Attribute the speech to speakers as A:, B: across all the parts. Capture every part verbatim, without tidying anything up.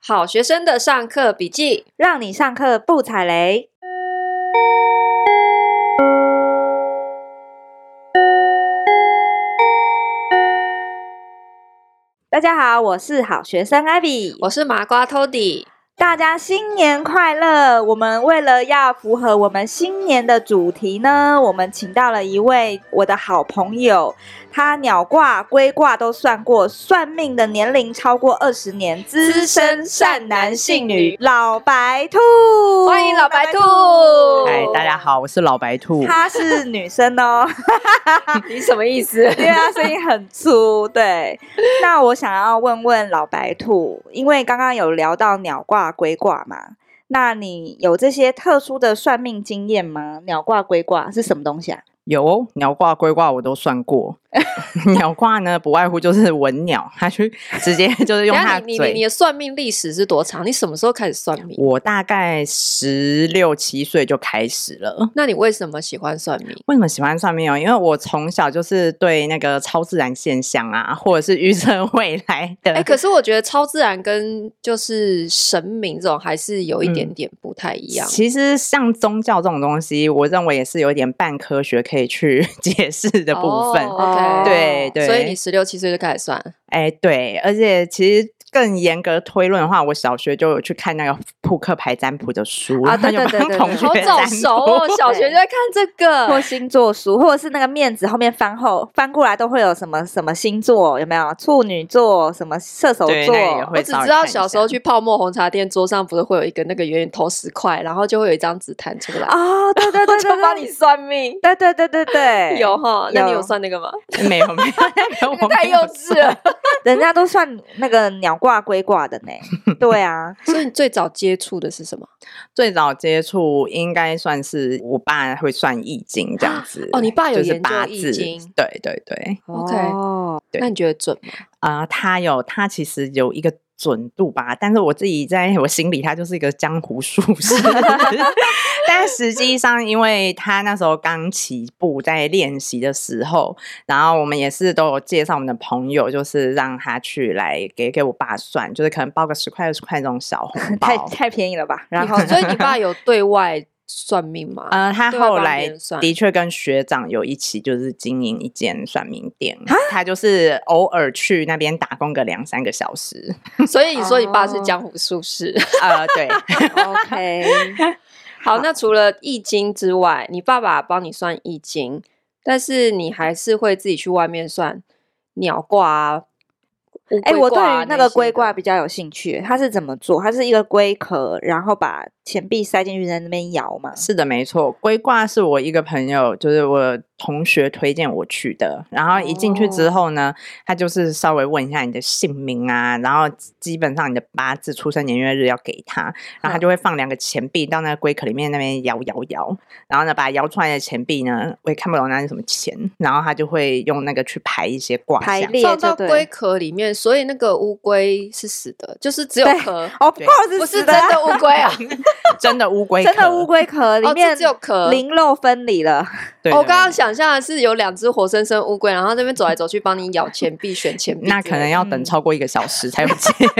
A: 好学生的上课笔记，
B: 让你上课不踩雷。大家好，我是好学生 Ivy，
A: 我是麻瓜 Tody。
B: 大家新年快乐！我们为了要符合我们新年的主题呢，我们请到了一位我的好朋友，他鸟卦、龟卦都算过，算命的年龄超过二十年，资深善男信女老白兔。
A: 欢迎老白兔！
C: 嗨，大家好，我是老白兔。
B: 她是女生哦。
A: 你什么意思？
B: 因为她声音很粗。对，那我想要问问老白兔，因为刚刚有聊到鸟卦、龟卦嘛，那你有这些特殊的算命经验吗？鸟卦、龟卦是什么东西啊？
C: 有鸟卦、龟卦我都算过。鸟卦呢，不外乎就是文鸟，他去直接就是用他的嘴。
A: 你你你的算命历史是多长？你什么时候开始算命？
C: 我大概十六七岁就开始了。
A: 那你为什么喜欢算命？
C: 为什么喜欢算命哦？因为我从小就是对那个超自然现象啊，或者是预测未来的。
A: 哎、欸，可是我觉得超自然跟就是神明这种还是有一点点不太一样。
C: 嗯、其实像宗教这种东西，我认为也是有一点半科学可以去解释的部分。
A: 哦 OK，
C: 对对，
A: 所以你十六七岁就开始算。
C: 哎，对，而且其实更严格推论的话，我小学就有去看那个扑克牌占卜的书
B: 啊，对对对对，
C: 同学
A: 好早熟哦，小学就在看这个，
B: 或星座书，或者是那个面子后面翻后翻过来都会有什么什么星座，有没有？处女座，什么射手座？
A: 我只知道小时候去泡沫红茶店，桌上不是会有一个那个圆圆投十块，然后就会有一张纸弹出来。
B: 哦，对对对对，
A: 就帮你算命。
B: 对对对对对，
A: 有哈？那你有算那个吗？
C: 没有没有，那
A: 个太幼稚了。
B: 人家都算那个鸟卦、龟卦的呢。对啊，
A: 所以你最早接触的是什么？
C: 最早接触应该算是我爸会算易经这样子。
A: 哦，你爸有研究
C: 易经？对对对。
A: OK，
B: 哦，
A: 那你觉得准吗？
C: 啊、呃，他有，他其实有一个准度吧，但是我自己在我心里，他就是一个江湖术士。但实际上，因为他那时候刚起步，在练习的时候，然后我们也是都有介绍我们的朋友，就是让他去来给给我爸算，就是可能包个十块二十块这种小红包，
B: 太太便宜了吧？
A: 然后，所以你爸有对外算命吗？
C: 呃，他后来的确跟学长有一起就是经营一间算命店，他就是偶尔去那边打工个两三个小时。
A: 所以你说你爸是江湖术士？
C: 呃，对。
B: OK。
A: 好，那除了易经之外，你爸爸帮你算易经，但是你还是会自己去外面算鸟卦啊。
B: 哎、欸，我对于那个龟卦比较有兴趣，它是怎么做？它是一个龟壳，然后把钱币塞进去，在那边摇嘛？
C: 是的，没错。龟卦是我一个朋友，就是我同学推荐我去的。然后一进去之后呢，哦、他就是稍微问一下你的姓名啊，然后基本上你的八字、出生年月日要给他，然后他就会放两个钱币到那个龟壳里面那边摇摇摇，然后呢把摇出来的钱币呢，我也看不懂那是什么钱，然后他就会用那个去排一些卦象，
A: 放到龟壳里面。所以那个乌龟是死的，就是只有壳
B: 哦，不是
A: 不是真的乌龟啊，
C: 真的乌龟
B: 壳，真的乌龟壳里面、
A: 哦、只有壳，
B: 鳞肉分离了。
C: 对对对，
A: 我刚刚想象的是有两只活生生乌龟，然后那边走来走去帮你咬钱币、选钱币，
C: 那可能要等超过一个小时才有结果，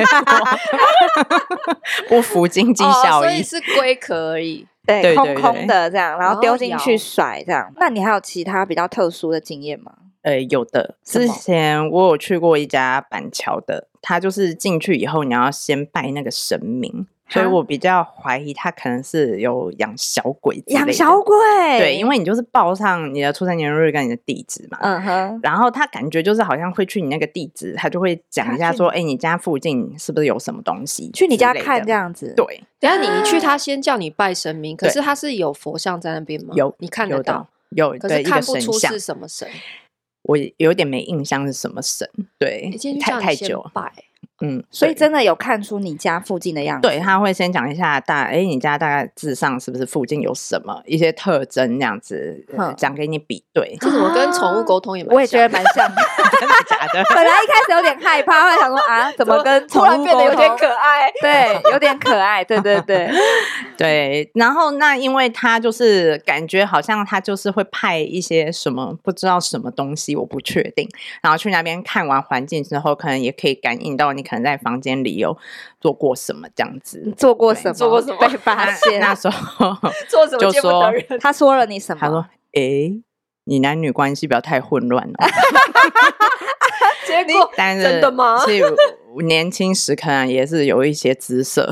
C: 不符经济效益、
A: 哦，所以是龟壳而已。
B: 对，
C: 对对对，
B: 空空的这样，然后丢进去甩这样。那你还有其他比较特殊的经验吗？
C: 呃，有的。之前我有去过一家板桥的，他就是进去以后你要先拜那个神明，所以我比较怀疑他可能是有养小鬼之类的。
B: 养小鬼？
C: 对，因为你就是报上你的出生年月日跟你的地址嘛，
B: 嗯哼，
C: 然后他感觉就是好像会去你那个地址，他就会讲一下说，哎、欸，你家附近是不是有什么东西？
B: 去你家看这样子。
C: 对，
A: 等一下你一去，他先叫你拜神明，可是他是有佛像在那边吗？
C: 有，
A: 你看得到？
C: 有，
A: 可是看不出是什么神。
C: 我有点没印象是什么神，对，太太久
A: 拜，
B: 嗯，所以真的有看出你家附近的样子。
C: 对，他会先讲一下大，哎，你家大概字上是不是附近有什么一些特征，那样子讲、呃、给你比对。
A: 这怎么跟宠物沟通也蛮像的？
B: 我也觉得蛮像的，
C: 真的假的？
B: 本来一开始有点害怕，后来想说啊，怎么跟宠物沟通
A: 突然变得有点可爱？
B: 对，有点可爱，对对对。
C: 对，然后那因为他就是感觉好像他就是会派一些什么不知道什么东西，我不确定，然后去那边看完环境之后，可能也可以感应到你可能在房间里有做过什么这样子。
B: 你做过什么？
A: 做过什么
B: 被发现？
C: 那时候
A: 做什么见不得人？
B: 他说了你什么？
C: 他说：“诶，你男女关系不要太混乱了。”
A: 结果
C: 但是
A: 真的吗？
C: 其实年轻时可能也是有一些姿色，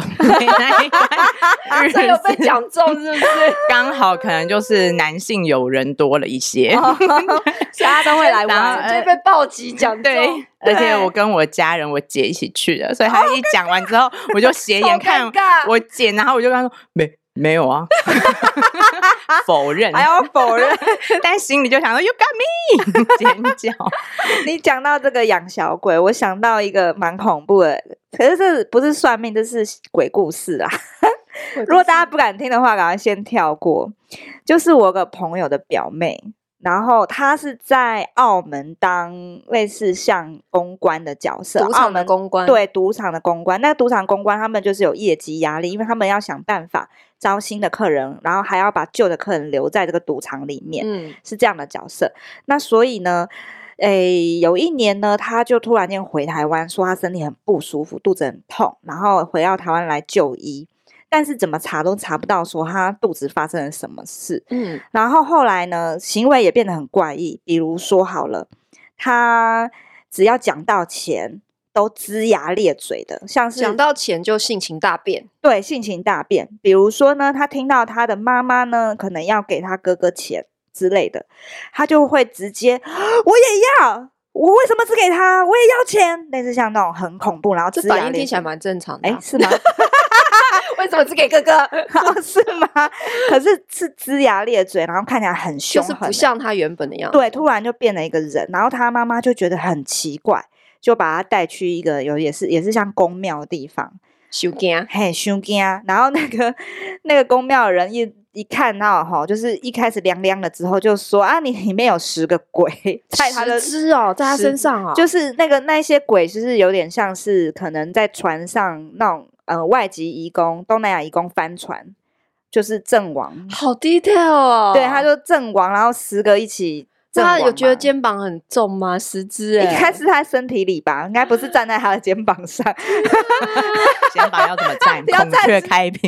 A: 这有被讲中是不是？
C: 刚好可能就是男性友人多了一些，
B: 大家都会来
C: 然后
B: 玩，
A: 直接被暴击讲中。
C: 对，而且我跟我家人我姐一起去的，所以她一讲完之后，我就斜眼看
A: 好尴尬
C: 我姐，然后我就跟她说没没有啊，否认，
B: 还要否认。
C: 但心里就想说 You got me， 尖叫。
B: 你讲到这个养小鬼，我想到一个蛮恐怖的，可是这不是算命，这是鬼故事啦。如果大家不敢听的话，赶快先跳过。就是我有个朋友的表妹，然后她是在澳门当类似像公关的角色，
A: 赌场
B: 澳门
A: 的公关，
B: 对，赌场的公关。那赌场公关他们就是有业绩压力，因为他们要想办法招新的客人，然后还要把旧的客人留在这个赌场里面，
A: 嗯，
B: 是这样的角色。那所以呢，诶，有一年呢，他就突然间回台湾，说他身体很不舒服，肚子很痛，然后回到台湾来就医。但是怎么查都查不到说他肚子发生了什么事，
A: 嗯，
B: 然后后来呢，行为也变得很怪异，比如说好了，他只要讲到钱都龇牙咧嘴的，像是
A: 讲到钱就性情大变，
B: 对性情大变。比如说呢，他听到他的妈妈呢可能要给他哥哥钱之类的，他就会直接我也要，我为什么只给他，我也要钱，类似像那种很恐怖，然后
A: 这
B: 龇牙咧
A: 反应听起来
B: 嘴。
A: 蛮正常的、
B: 哎，
A: 啊。
B: 是吗？
A: 为什么只给哥哥？
B: 哦，是吗？可是是龇牙咧嘴，然后看起来很凶狠的，
A: 就是不像他原本的样子。
B: 对，突然就变了一个人，然后他妈妈就觉得很奇怪，就把他带去一个有也是也是像宫庙的地方，
A: 羞惊，
B: 嘿，凶惊。然后那个那个宫庙的人一一看到哈，就是一开始凉凉了之后，就说啊，你里面有十个鬼在他的
A: 十只哦，在他
B: 十
A: 身上哦，
B: 就是那个那些鬼，就是有点像是可能在船上那种呃外籍移工、东南亚移工翻船，就是阵亡。
A: 好 detail 哦。
B: 对，他就阵亡，然后十个一起阵
A: 那
B: 亡嘛。
A: 他有觉得肩膀很重吗？十只哎，
B: 应该是他身体里吧，应该不是站在他的肩膀上。
C: 肩膀要怎么站？
B: 要站
C: 孔雀开屏。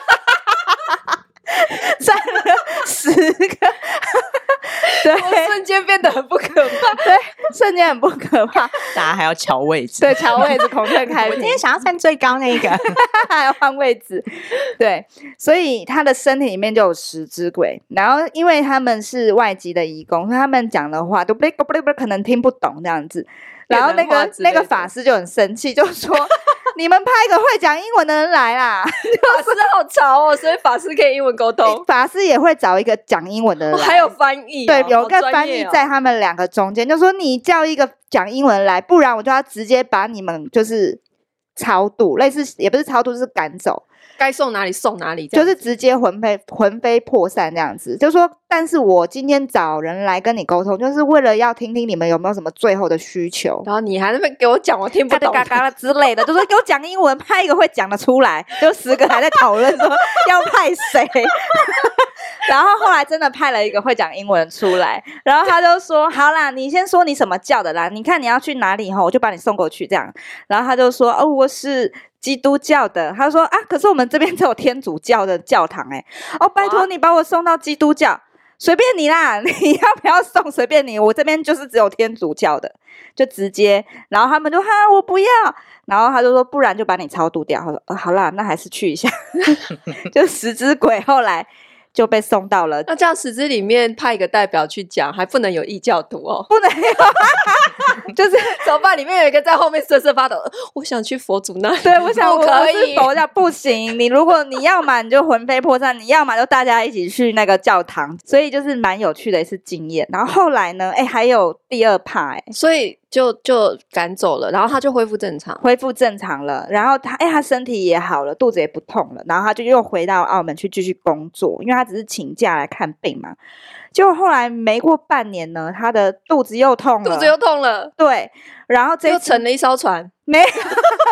B: 站了十个，对
A: 我瞬间变得很不可怕。
B: 对，瞬间很不可怕。
C: 大家还要瞧位置。
B: 对，调位置，孔雀开屏
C: 我今，天想要站最高那个。
B: 还要换位置。对，所以他的身体里面就有十只鬼，然后因为他们是外籍的移工，所以他们讲的话都不不不可能听不懂这样子。然后那个那个法师就很生气，就说：“你们派一个会讲英文的人来啦！”
A: 法师好潮哦，所以法师可以英文沟通，
B: 法师也会找一个讲英文的人来，
A: 哦还有翻译哦，
B: 对，有个
A: 好专
B: 翻译
A: 业哦
B: 在他们两个中间，就说你叫一个讲英文来，不然我就要直接把你们就是超度，类似也不是超度，就是赶走，
A: 该送哪里送哪里，
B: 就是直接魂飞魂飞魄散这样子。就说，但是我今天找人来跟你沟通，就是为了要听听你们有没有什么最后的需求。
A: 然后你还在那边给我讲，我听不懂
B: 嘎哒嘎嘎之类的，就说给我讲英文，派一个会讲得出来，就十个还在讨论说要派谁，然后后来真的派了一个会讲英文出来，然后他就说好啦，你先说你什么教的啦，你看你要去哪里吼，我就把你送过去这样。然后他就说哦，我是基督教的，他说啊，可是我们这边只有天主教的教堂哎、欸，哦，拜托你把我送到基督教。随便你啦，你要不要送随便你，我这边就是只有天主教的，就直接，然后他们就哈我不要，然后他就说不然就把你超度掉，他说、呃、好啦，那还是去一下，就十只鬼后来就被送到了，
A: 那这样十只里面派一个代表去讲，还不能有异教徒哦，
B: 不能有，就是
A: 怎么办？里面有一个在后面瑟瑟发抖，我想去佛祖那里，
B: 对，我想我
A: 不可以
B: 是佛教不行，你如果你要嘛你就魂飞魄散，你要嘛就大家一起去那个教堂，所以就是蛮有趣的一次经验。然后后来呢，哎，还有第二趴，哎，
A: 所以就就赶走了，然后他就恢复正常。
B: 恢复正常了，然后他哎，他身体也好了，肚子也不痛了，然后他就又回到澳门去继续工作，因为他只是请假来看病嘛。结果后来没过半年呢，他的肚子又痛了，
A: 肚子又痛了，
B: 对，然后这
A: 又
B: 次
A: 沉了一艘船。
B: 没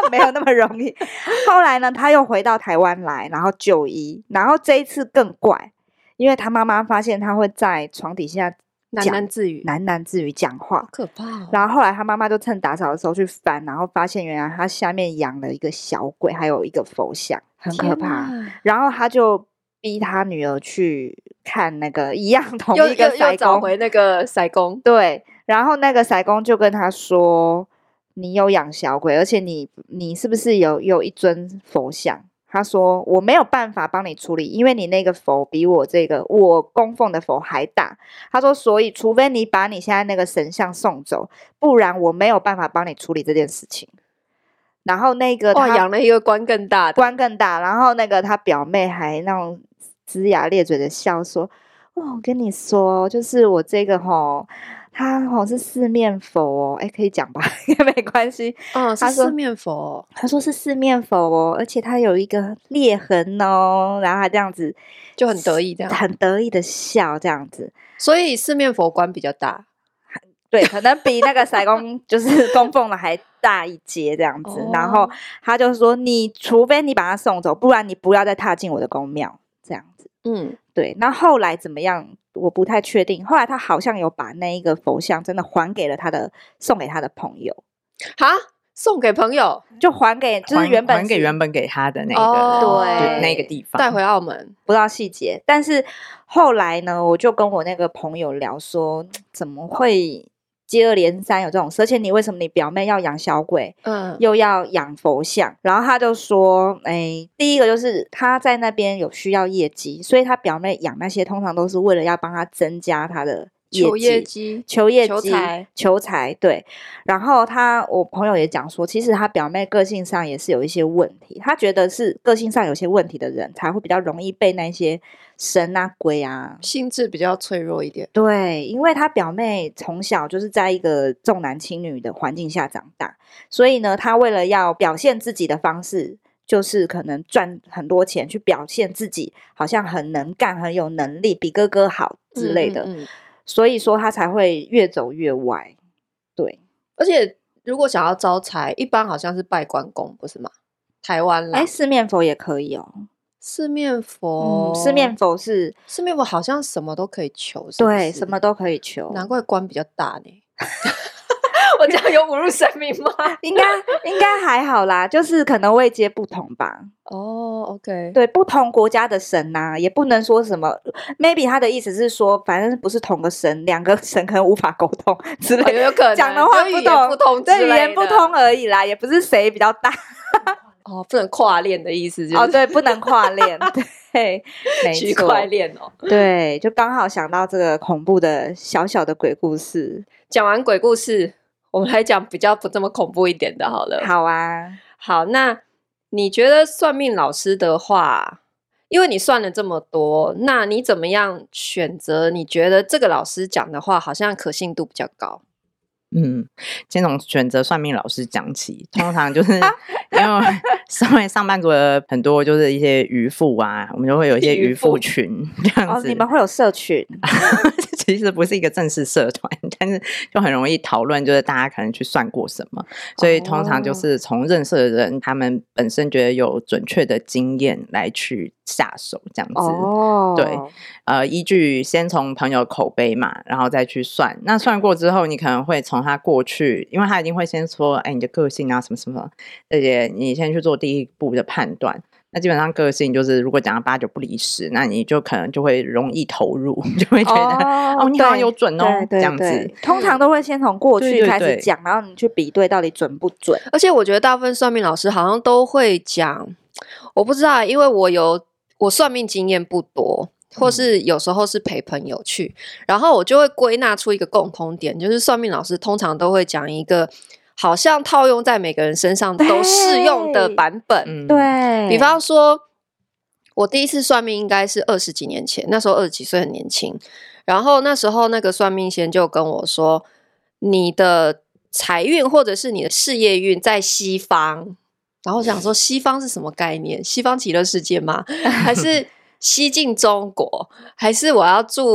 B: 没有那么容易。后来呢，他又回到台湾来，然后就医，然后这一次更怪，因为他妈妈发现他会在床底下
A: 喃喃自语，
B: 喃喃自语讲话，
A: 好可怕哦。
B: 然后后来他妈妈就趁打扫的时候去翻，然后发现原来他下面养了一个小鬼，还有一个佛像，很可怕。然后他就逼他女儿去看那个一样同一个
A: 又又找回那个塞公，
B: 对，然后那个塞公就跟他说：“你有养小鬼，而且你你是不是有有一尊佛像？”他说：“我没有办法帮你处理，因为你那个佛比我这个我供奉的佛还大。”他说：“所以除非你把你现在那个神像送走，不然我没有办法帮你处理这件事情。”然后那个他
A: 养了一个官更大的，
B: 官更大。然后那个他表妹还那种龇牙咧嘴的笑说：“哦，我跟你说，就是我这个吼。”他好像是四面佛哦，哎，可以讲吧，应该没关系。
A: 哦，是四面佛、哦。
B: 他说是四面佛哦，而且他有一个裂痕哦，然后他这样子
A: 就很得意，这样
B: 很得意的笑，这样子。
A: 所以四面佛官比较大，
B: 对，可能比那个塞公就是供奉的还大一阶这样子。哦、然后他就说，你除非你把他送走，不然你不要再踏进我的宫庙，这样子。嗯，对。那后来怎么样？我不太确定。后来他好像有把那一个佛像真的还给了他的，送给他的朋友。
A: 哈，送给朋友，
B: 就还给，就是原本
C: 还给原本给他的那个，
B: 哦、
C: 对，那个地方
A: 带回澳门，
B: 不知道细节。但是后来呢，我就跟我那个朋友聊说，怎么会接二连三有这种事？而且你为什么你表妹要养小鬼，嗯，又要养佛像？然后他就说，哎，第一个就是他在那边有需要业绩，所以他表妹养那些通常都是为了要帮他增加他的
A: 求业绩、
B: 求业绩、
A: 求财、
B: 求财。对。然后他，我朋友也讲说，其实他表妹个性上也是有一些问题，他觉得是个性上有些问题的人才会比较容易被那些神啊鬼啊，
A: 心智比较脆弱一点。
B: 对，因为他表妹从小就是在一个重男轻女的环境下长大，所以呢，他为了要表现自己的方式，就是可能赚很多钱去表现自己，好像很能干、很有能力，比哥哥好之类的。嗯嗯嗯，所以说他才会越走越歪。对，
A: 而且如果想要招财，一般好像是拜关公，不是吗？台湾啦，
B: 哎，四面佛也可以哦。
A: 四面佛，
B: 嗯，四面佛是
A: 四面佛，好像什么都可以求，是不是？
B: 对，什么都可以求，
A: 难怪官比较大呢。我这样有侮辱神明吗？
B: 应该应该还好啦，就是可能位阶不同吧。
A: 哦、oh, ，OK，
B: 对，不同国家的神呐、啊，也不能说什么 ，maybe 他的意思是说，反正不是同个神，两个神可能无法沟通之类的，
A: 哦、有可能
B: 讲的话不同，
A: 不同
B: 对，语言不通而已啦，也不是谁比较大。
A: 哦，不能跨链的意思就是，
B: 哦，对，不能跨链，对，没错，
A: 区块链哦，
B: 对，就刚好想到这个恐怖的小小的鬼故事。
A: 讲完鬼故事，我们来讲比较不这么恐怖一点的，好了。
B: 好啊，
A: 好，那你觉得算命老师的话，因为你算了这么多，那你怎么样选择？你觉得这个老师讲的话，好像可信度比较高？
C: 嗯，先从选择算命老师讲起，通常就是因为身为上班族的很多就是一些渔夫啊，我们就会有一些渔夫群这样子。
B: 哦，你们会有社群？
C: 其实不是一个正式社团，但是就很容易讨论，就是大家可能去算过什么，所以通常就是从认识的人，他们本身觉得有准确的经验来去下手这样子。哦，对，呃，依据先从朋友口碑嘛，然后再去算。那算过之后，你可能会从他过去，因为他一定会先说，哎，你的个性啊，什么什么，这些你先去做第一步的判断。那基本上个性就是，如果讲到八九不离十，那你就可能就会容易投入，就会觉得 哦, 哦，你好像有准哦，这样子。
B: 通常都会先从过去开始讲，然后你去比对到底准不准。
A: 而且我觉得大部分算命老师好像都会讲，我不知道，因为我有我算命经验不多，或是有时候是陪朋友去，嗯、然后我就会归纳出一个共通点，就是算命老师通常都会讲一个。好像套用在每个人身上都适用的版本。
B: 对，
A: 比方说我第一次算命应该是二十几年前，那时候二十几岁很年轻，然后那时候那个算命先就跟我说，你的财运或者是你的事业运在西方，然后我想说西方是什么概念？西方极乐世界吗？还是西进中国？还是我要住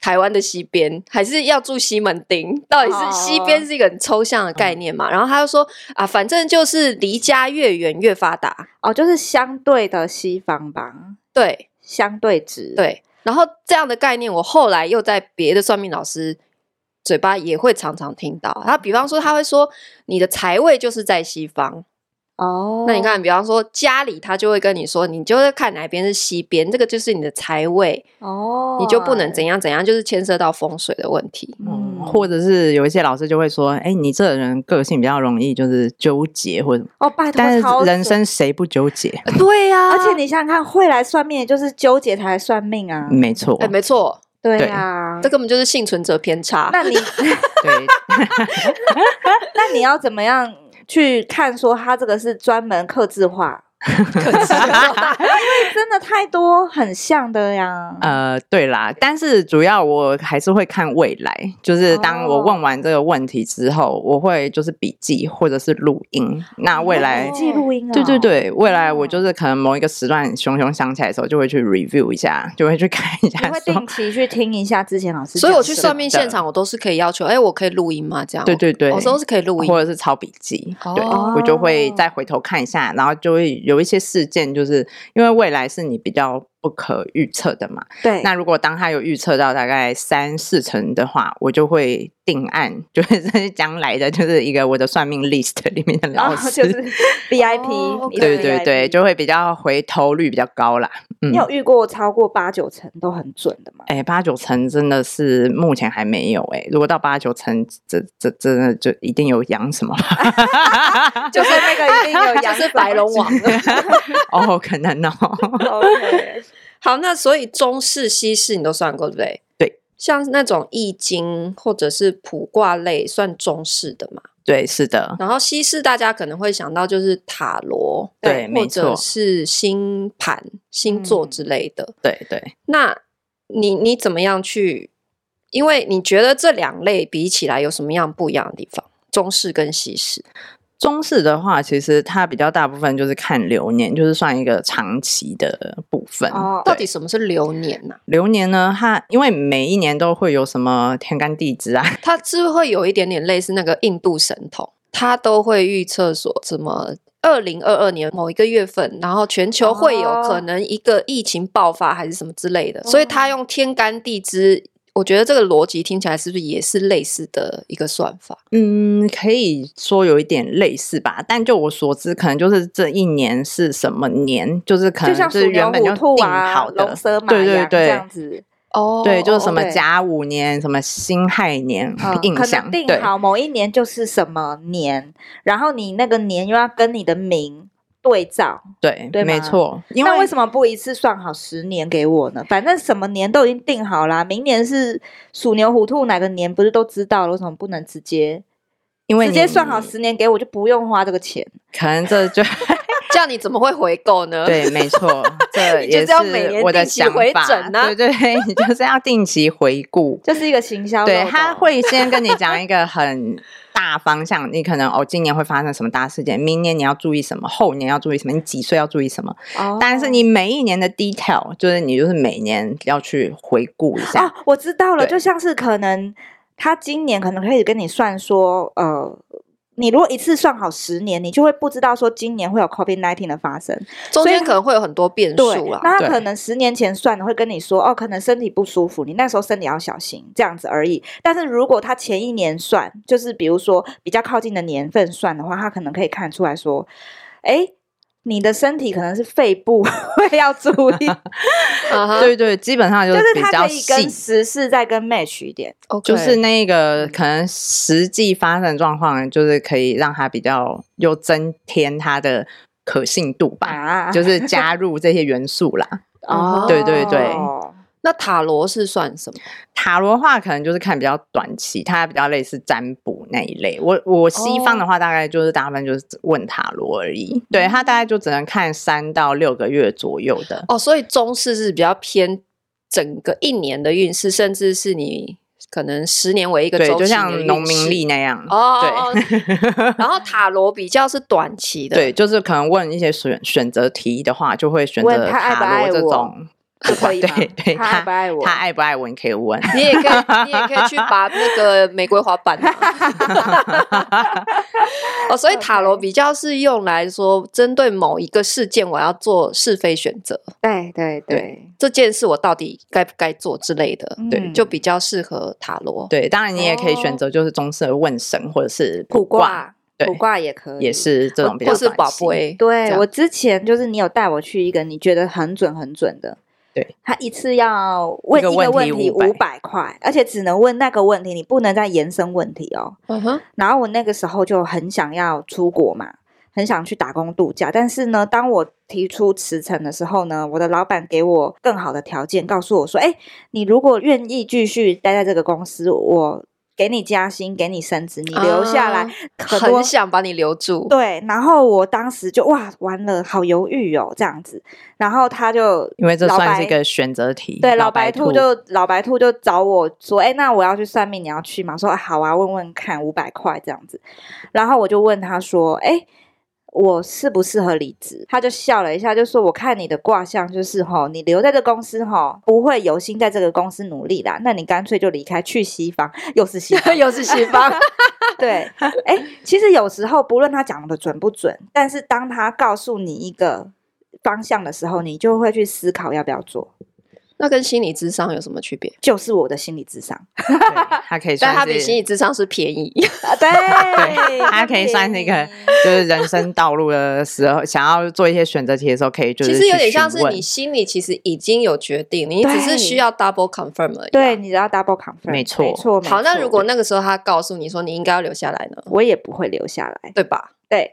A: 台湾的西边，还是要住西门町？到底是西边是一个很抽象的概念嘛？然后他就说啊，反正就是离家越远越发达
B: 哦，就是相对的西方吧？
A: 对，
B: 相对值
A: 对。然后这样的概念，我后来又在别的算命老师嘴巴也会常常听到。他比方说，他会说你的财位就是在西方。
B: 哦，
A: 那你看，比方说家里，他就会跟你说，你就会看哪边是西边，这个就是你的财位哦，你就不能怎样怎样，就是牵涉到风水的问题。
C: 嗯，或者是有一些老师就会说，哎，你这个人个性比较容易就是纠结或者
B: 哦，拜托，
C: 但是人生谁不纠结？
A: 对呀、啊，
B: 而且你想想看，会来算命的就是纠结才来算命啊，
C: 没错，
A: 哎，没错。
B: 对啊，
A: 这根本就是幸存者偏差。
B: 那你
C: 对，
B: 那你要怎么样去看说他这个是专门客制化？
A: 可是
B: 真的太多很像的呀。
C: 呃，对啦，但是主要我还是会看未来，就是当我问完这个问题之后，哦、我会就是笔记或者是录音。那未来
B: 笔记录音啊，
C: 对对对，未来我就是可能某一个时段熊熊想起来的时候，就会去 review 一下，就会去看一下，
B: 你会定期去听一下之前老师。
A: 所以我去算命现场，我都是可以要求，哎，我可以录音吗？这样。
C: 对对对，
A: 我都是可以录音，
C: 或者是抄笔记。
A: 哦、
C: 对，我就会再回头看一下，然后就会有一些事件，就是因为未来是你比较不可预测的嘛。
B: 对。
C: 那如果当他有预测到大概三四成的话，我就会定案，就是将来的就是一个我的算命 list 里面的老师，
B: 就是 V I P，
A: 哦、
C: 对对对，就会比较回头率比较高啦。
B: 嗯、你有遇过超过八九成都很准的吗？
C: 哎、欸，八九成真的是目前还没有哎、欸。如果到八九成，这这真的就一定有养什么吧？
B: 就是那个一定有养，
A: 是白龙王
C: 哦，可能哦。
B: okay.
A: 好，那所以中式、西式你都算过对不对？
C: 对，
A: 像那种易经或者是卜卦类算中式的嘛？
C: 对，是的。
A: 然后西式大家可能会想到就是塔罗，
C: 对，
A: 或者是星盘、星座之类的。
C: 嗯、对对。
A: 那你你怎么样去？因为你觉得这两类比起来有什么样不一样的地方？中式跟西式。
C: 中式的话，其实它比较大部分就是看流年，就是算一个长期的部分。
A: 哦，到底什么是流年呢、啊？
C: 流年呢，它因为每一年都会有什么天干地支啊，
A: 它是会有一点点类似那个印度神童，它都会预测说什么二零二二年某一个月份，然后全球会有可能一个疫情爆发还是什么之类的，哦、所以它用天干地支。我觉得这个逻辑听起来是不是也是类似的一个算法？
C: 嗯，可以说有一点类似吧，但就我所知，可能就是这一年是什么年，就是可能就是原本就定好的，
B: 龙蛇马
C: 对对对，
B: 这样子。
A: 哦，
C: 对，就是什么甲午年、什么辛亥年，
B: 嗯、
C: 印象
B: 可能定好某一年就是什么年，然后你那个年又要跟你的名。对照，
C: 对，
B: 对，
C: 没错。因
B: 为为什么不一次算好十年给我呢？反正什么年都已经定好啦，明年是鼠牛虎兔哪个年，不是都知道了？为什么不能直接？
C: 因为
B: 直接算好十年给我，就不用花这个钱。
C: 可能这就
A: 这样，你怎么会回购呢？
C: 对，没错，这也是我的想法。
A: 啊、
C: 对对，你就是要定期回顾，
B: 就是一个行销。
C: 对，他会先跟你讲一个很。大方向，你可能哦，今年会发生什么大事件？明年你要注意什么？后年要注意什么？你几岁要注意什么？哦、但是你每一年的 detail， 就是你就是每年要去回顾一下。
B: 哦，我知道了，就像是可能他今年可能可以跟你算说，呃。你如果一次算好十年，你就会不知道说今年会有 COVID 十九 的发生，
A: 中间可能会有很多变数啦。
B: 那他可能十年前算的会跟你说，哦，可能身体不舒服，你那时候身体要小心，这样子而已。但是如果他前一年算，就是比如说比较靠近的年份算的话，他可能可以看出来说，哎。你的身体可能是肺部会要注意
C: uh-huh. 对对，基本上就是比较细，
B: 就是它可以跟时事再跟 match 一点，
C: okay. 就是那个可能实际发生的状况，就是可以让它比较又增添它的可信度吧，啊、就是加入这些元素啦。
B: 哦，
C: 对对对。
A: 那塔罗是算什么？
C: 塔罗的话可能就是看比较短期，它比较类似占卜那一类。我我西方的话大概就是大部分就是问塔罗而已，哦、对，它大概就只能看三到六个月左右的。
A: 哦，所以中式是比较偏整个一年的运势，甚至是你可能十年为一个周期的运势，
C: 对，就像农民历那样。
A: 哦，
C: 对。
A: 然后塔罗比较是短期的，
C: 对，就是可能问一些选选择题的话，就会选择塔罗这种。
B: 就可以吗？
C: 对对，
B: 他爱不爱我？
C: 他爱不爱我？你可以问。
A: 你也可以，你也可以去拔那个玫瑰花瓣、啊。哦，所以塔罗比较是用来说，针对某一个事件，我要做是非选择。
B: 对对对，
A: 这件事我到底该不该做之类的，
B: 嗯
A: 对，就比较适合塔罗。
C: 对，当然你也可以选择就是中式的问神或者是
B: 卜卦，
C: 对
B: 卜卦也可以，
C: 也是这种比较
A: 或是宝
C: 短期
A: 贝。
B: 对，我之前就是你有带我去一个你觉得很准很准的，
C: 对，
B: 他一次要问一个
C: 问
B: 问题五
C: 五
B: 百块，而且只能问那个问题，你不能再延伸问题哦。
A: 嗯哼，
B: 然后我那个时候就很想要出国嘛，很想去打工度假，但是呢，当我提出辞呈的时候呢，我的老板给我更好的条件，告诉我说，哎，你如果愿意继续待在这个公司，我给你加薪，给你升职，你留下来，
A: 啊
B: 很多
A: 很想把你留住。
B: 对，然后我当时就哇，完了，好犹豫哦，这样子。然后他就
C: 因为这
B: 老白
C: 算是一个选择题。
B: 对，
C: 老
B: 老白兔就老白兔就找我说，哎，那我要去算命，你要去吗？说好啊，问问看，五百块这样子。然后我就问他说，哎，我适不适合离职？他就笑了一下，就说我看你的卦象就是吼，你留在这公司吼，不会有心在这个公司努力啦，那你干脆就离开，去西方，又是西方，
A: 又是西方。
B: 对，哎，其实有时候不论他讲的准不准，但是当他告诉你一个方向的时候，你就会去思考要不要做。
A: 那跟心理咨商有什么区别？
B: 就是我的心理咨商，
C: 对，它可以算是，
A: 但它比心理咨商是便宜。
B: 啊，对，
C: 对，它可以算是一个，就是人生道路的时候，想要做一些选择题的时候，可以就是
A: 其实有点像是
C: 去询问
A: 你心里其实已经有决定，你只是需要 double confirm 而已啊。
B: 对，你只要 double confirm，
C: 没错
B: 没错。没
A: 好，那
B: 错
A: 如果那个时候他告诉你说你应该要留下来呢？
B: 我也不会留下来，
A: 对吧？
B: 对，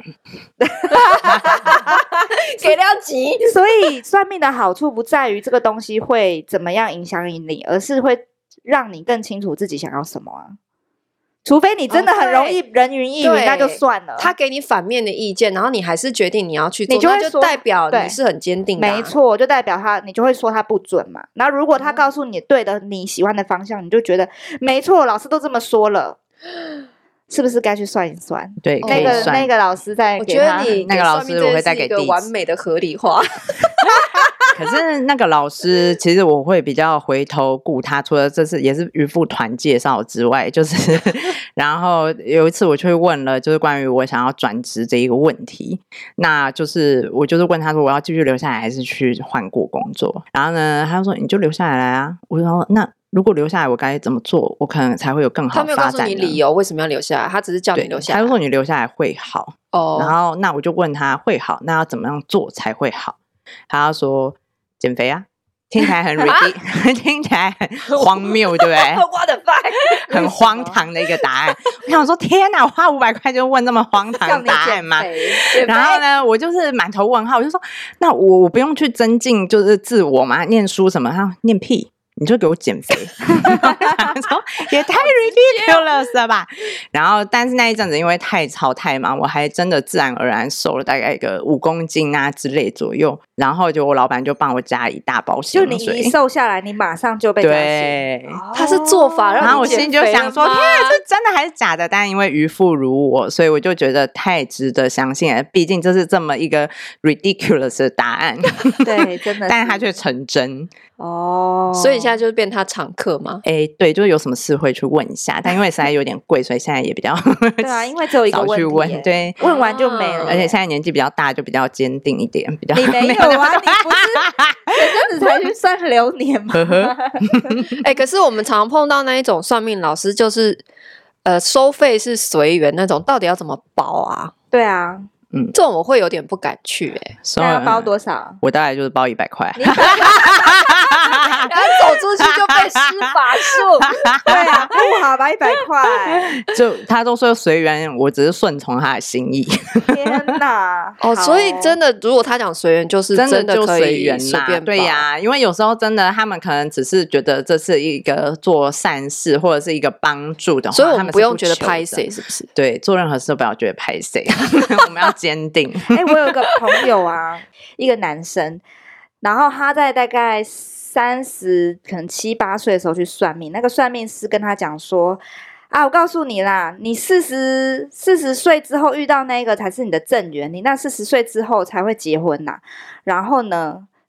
A: 给料急。
B: 所以算命的好处不在于这个东西会怎么样影响你，而是会让你更清楚自己想要什么啊。除非你真的很容易人云亦云，
A: 对
B: 那就算了。
A: 他给你反面的意见，然后你还是决定你要去做，
B: 你就会说
A: 那就代表
B: 对
A: 你是很坚定的啊。
B: 没错，就代表他，你就会说他不准嘛。然后如果他告诉你对的，你喜欢的方向，你就觉得没错，老师都这么说了，是不是该去算一算？
C: 对，可
B: 那个
C: 以算
B: 那个老师在
A: 我
B: 给他，
A: 觉得你
C: 那个老师我会再给
A: 一个
C: 地址
A: 完美的合理化。
C: 可是那个老师，其实我会比较回头顾他，除了这次也是渔夫团介绍之外，就是然后有一次我去问了，就是关于我想要转职这一个问题，那就是我就是问他说我要继续留下来还是去换过工作，然后呢他就说你就留下来啊，我说那如果留下来我该怎么做，我可能才会有更好
A: 他没有告诉
C: 的发展呢。
A: 你理由为什么要留下来，他只是叫你
C: 对
A: 留下来。
C: 他就说你留下来会好，
A: 哦，
C: 然后那我就问他会好，那要怎么样做才会好？他要说减肥啊，听起来很 ridiculous， 听起来很荒谬，对不对？
A: 我的妈！
C: 很荒唐的一个答案。我想说，天哪，我花五百块就问那么荒唐的答案吗？然后呢，我就是满头问号，我就说，那我我不用去增进就是自我嘛，念书什么？他念屁。你就给我减肥，说也太 ridiculous 了吧。然后，但是那一阵子因为太操太忙，我还真的自然而然瘦了大概一个五公斤啊之类左右。然后就我老板就帮我加一大包薪水，
B: 就你一瘦下来，你马上就被加薪。
C: 对，
B: 哦
A: 他是做法让你
C: 然后我心里就想说，
A: 减肥
C: 天啊，
A: 了吗
C: 这真的还是假的？但因为渔夫如我，所以我就觉得太值得相信了。毕竟这是这么一个 ridiculous 的答案，
B: 对，真的是，
C: 但是它却成真。
B: 哦，
A: 所以现在就是变他常客吗？
C: 哎，对，就是有什么事会去问一下，但因为实在有点贵，所以现在也比较
B: 对啊，因为只有一个
C: 少去问
B: 问题耶，
C: 对。
B: 问完就没了耶，
C: 而且现在年纪比较大，就比较坚定一点，比较
B: 你没有啊，你不是前阵子才去算流年吗？
A: 哎、可是我们常碰到那一种算命老师，就是呃收费是随缘那种，到底要怎么包啊？
B: 对啊，
A: 这种我会有点不敢去、欸，哎，
C: 所以
B: 那要包多少？
C: 我大概就是包一百块。
A: 然后走出去就被施法术。
B: 对啊，不好吧，一百块，
C: 就他都说随缘，我只是顺从他的心意。
B: 天哪！
A: 哦，
B: 好
A: 所以真的，如果他讲随缘，就是
C: 真
A: 的可
C: 就随
A: 以
C: 缘啦，
A: 随便包
C: 对呀、因为有时候真的他们可能只是觉得这是一个做善事或者是一个帮助的话，
A: 所以我们
C: 他们
A: 不用觉得
C: 求的
A: 拍谁，是不是？
C: 对，做任何事都不要觉得拍谁，我们要坚定。
B: 哎、我有个朋友啊，一个男生，然后他在大概三十可能七八岁的时候去算命，那个算命师跟他讲说啊，我告诉你啦，你四十四十岁之后遇到那个才是你的正缘，你那四十岁之后才会结婚呐。然后呢，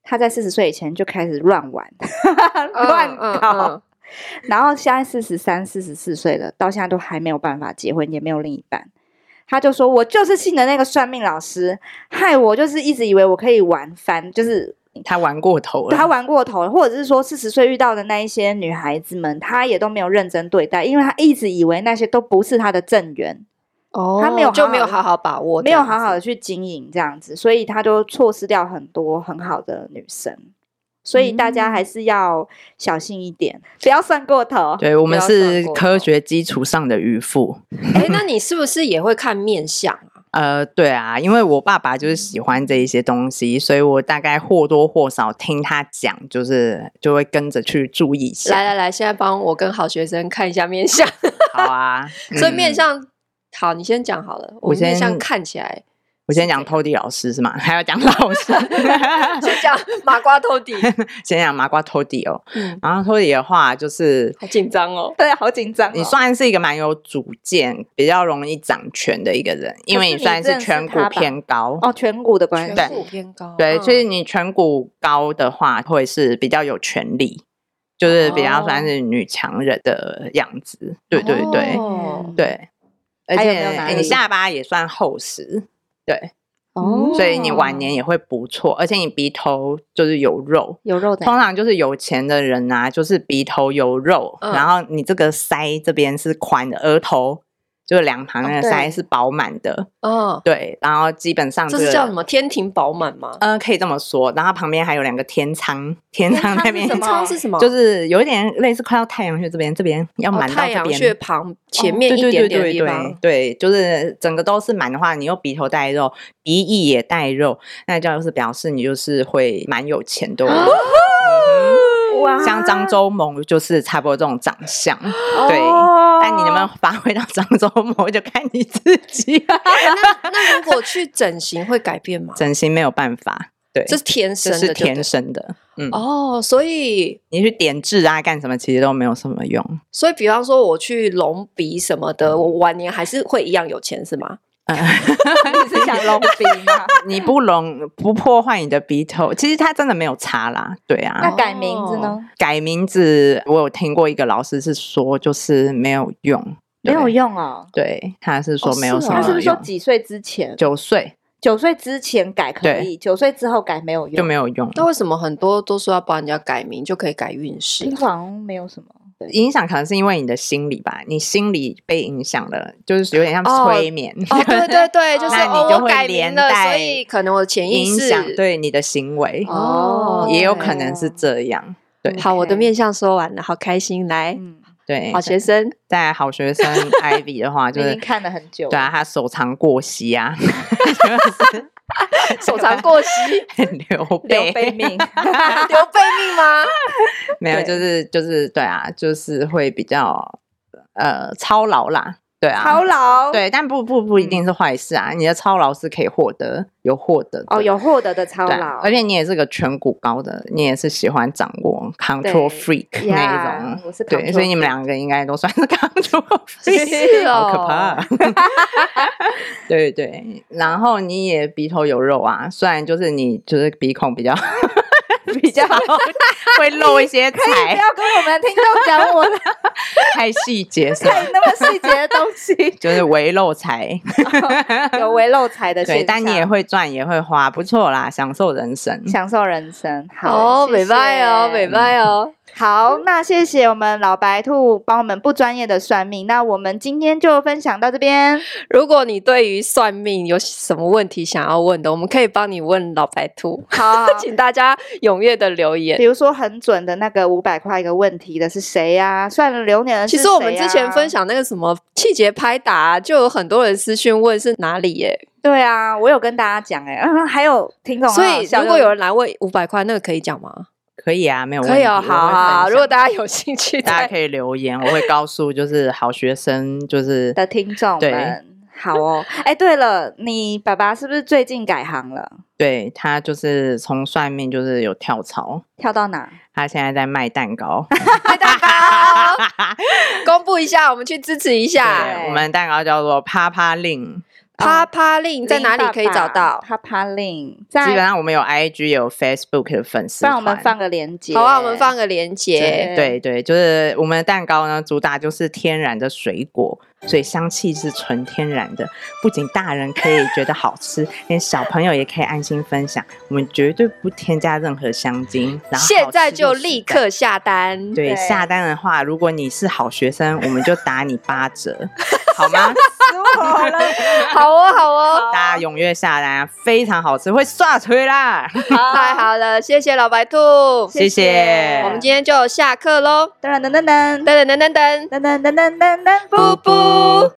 B: 他在四十岁以前就开始乱玩乱搞、嗯嗯、然后现在四十三四十四岁了，到现在都还没有办法结婚，也没有另一半。他就说我就是信的那个算命老师，害我就是一直以为我可以玩翻，就是
C: 他玩过头了，
B: 他玩过头了，或者是说四十岁遇到的那一些女孩子们，他也都没有认真对待，因为他一直以为那些都不是他的正缘。
A: 哦，
B: 他没有
A: 就没有好好把握，
B: 没有好好的去经营这样子，所以他就错失掉很多很好的女生。所以大家还是要小心一点，嗯、不要算过头。
C: 对，我们是科学基础上的渔夫。
A: 哎、欸，那你是不是也会看面相啊？
C: 呃，对啊，因为我爸爸就是喜欢这一些东西，所以我大概或多或少听他讲，就是就会跟着去注意一下。
A: 来来来，现在帮我跟好学生看一下面相。
C: 好啊，
A: 所以面相、嗯、好，你先讲好了。我面相看起来。
C: 我先讲偷底老师是吗？还要讲老师？
A: 先讲麻瓜偷底，
C: 先讲麻瓜偷底哦。嗯，然后偷底的话，就是
A: 好紧张哦，
B: 对，好紧张、哦。
C: 你算是一个蛮有主见、比较容易掌权的一个人，因为你算是颧骨偏高
B: 哦，颧骨的关系，
A: 颧骨偏高，
C: 对，所以你颧骨高的话，会是比较有权力，就是比较算是女强人的样子。哦、对对对、哦、对，而且有有、欸、你下巴也算厚实。对，哦，所以你晚年也会不错，而且你鼻头就是有肉，
B: 有肉的。
C: 通常就是有钱的人啊，就是鼻头有肉，嗯、然后你这个腮这边是宽的，额头就是两旁那个腮是饱满的，哦，对，然后基本上、
A: 这个、这是叫什么天庭饱满吗？
C: 呃，可以这么说。然后旁边还有两个天仓，天仓那边
A: 天仓是什么？
C: 就是有一点类似快到太阳穴这边，这边要满到这边、哦、
A: 太阳穴旁前面一点点的地方、哦、
C: 对, 对, 对, 对, 对，就是整个都是满的话，你又鼻头带肉，鼻翼也带肉，那就是表示你就是会蛮有钱的、哦。哦嗯、哇，像张忠谋就是差不多这种长相，哦、对。但你能不能发挥到张忠谋，就看你自己。
A: 那, 那如果去整形会改变吗？
C: 整形没有办法，对，
A: 这是天生的，
C: 这是天生的。嗯，
A: 哦，所以
C: 你去点痣啊，干什么其实都没有什么用。
A: 所以，比方说我去隆鼻什么的，我晚年还是会一样有钱，是吗？
B: 你是想隆鼻吗？
C: 你不隆不破坏你的鼻头，其实它真的没有差啦。对啊，
B: 那改名字呢？
C: 改名字，我有听过一个老师是说，就是没有用，
B: 没有用哦。
C: 对，他是说没有什么用。
B: 他是不是说几岁之前？
C: 九岁，
B: 九岁之前改可以，九岁之后改没有用，
C: 就没有用。
A: 那为什么很多都说要帮人家改名就可以改运势？
B: 听说好像没有什么。
C: 影响可能是因为你的心理吧，你心理被影响了，就是有点像催眠。
A: 哦，哦对对对，就是
C: 那你就会连带，
A: 所以可能我的潜意识
C: 影响对你的行为。哦，也有可能是这样。对，
A: 好，我的面相说完了，好开心。来，嗯、
C: 对，
A: 好学生，
C: 在好学生 Ivy 的话，就是
B: 已经看了很久了。
C: 对啊，他手长过膝啊。
A: 手长过膝，
C: 刘备
B: 刘备命，
A: 刘备命吗？
C: 没有，就是就是对啊，就是会比较呃操劳啦，对啊，
B: 操劳，
C: 对，但不不不一定是坏事啊，嗯、你的操劳是可以获得有获得的
B: 哦，有获得的操劳，
C: 而且你也是个颧骨高的，你也是喜欢掌握 control freak 那一种，
B: yeah, 我是
C: 对，所以你们两个应该都算是 control freak，
A: 是哦，
C: 好可怕。对对，然后你也鼻头有肉啊，虽然就是你就是鼻孔比较比较会露一些财，
B: 可以不要跟我们听众讲我的
C: 太细节，
B: 太那么细节的东西，
C: 就是微漏财，
B: 哦，有微漏财的现象。
C: 对，但你也会赚，也会花，不错啦，享受人生，
B: 享受人生。好，
A: 美拜哦，美拜哦。
B: 好，那谢谢我们老白兔帮我们不专业的算命。那我们今天就分享到这边。
A: 如果你对于算命有什么问题想要问的，我们可以帮你问老白兔。
B: 好，
A: 请大家踊跃的留言。
B: 比如说很准的那个五百块一个问题的是谁呀、啊？算了流年的是谁、啊、
A: 其实我们之前分享那个什么气节拍打、啊，就有很多人私讯问是哪里耶。
B: 对啊，我有跟大家讲哎、嗯，还有听众，
A: 所以如果有人来问五百块，那个可以讲吗？
C: 可以啊，没有问题。
A: 可以哦，好好。如果大家有兴趣，
C: 大家可以留言，我会告诉就是好学生就是
B: 的听众们。对，好哦。哎，对了，你爸爸是不是最近改行了？
C: 对，他就是从算命就是有跳槽，
B: 跳到哪？
C: 他现在在卖蛋糕，
A: 卖蛋糕，公布一下，我们去支持一下。
C: 对，我们蛋糕叫做啪啪令。
A: 啪啪令在哪里可以找到？
B: 啪啪令，
C: 基本上我们有 I G 有 Facebook 的粉丝团，
B: 帮我们放个链接。
A: 好啊，我们放个链接。
C: 对对，就是我们的蛋糕呢，主打就是天然的水果。所以香气是纯天然的，不仅大人可以觉得好吃，连小朋友也可以安心分享。我们绝对不添加任何香精，然后
A: 现在就立刻下单。
C: 对，下单的话，如果你是好学生，我们就打你八折，好吗？
B: 好了，
A: 好哦，好哦，
C: 大家踊跃下单，非常好吃，会刷腿啦！
A: 太好了，谢谢老白兔，
C: 谢谢。
A: 我们今天就下课喽。
B: 噔噔噔噔噔
A: 噔噔噔噔噔
B: 噔噔噔噔噔噔，
A: 布布。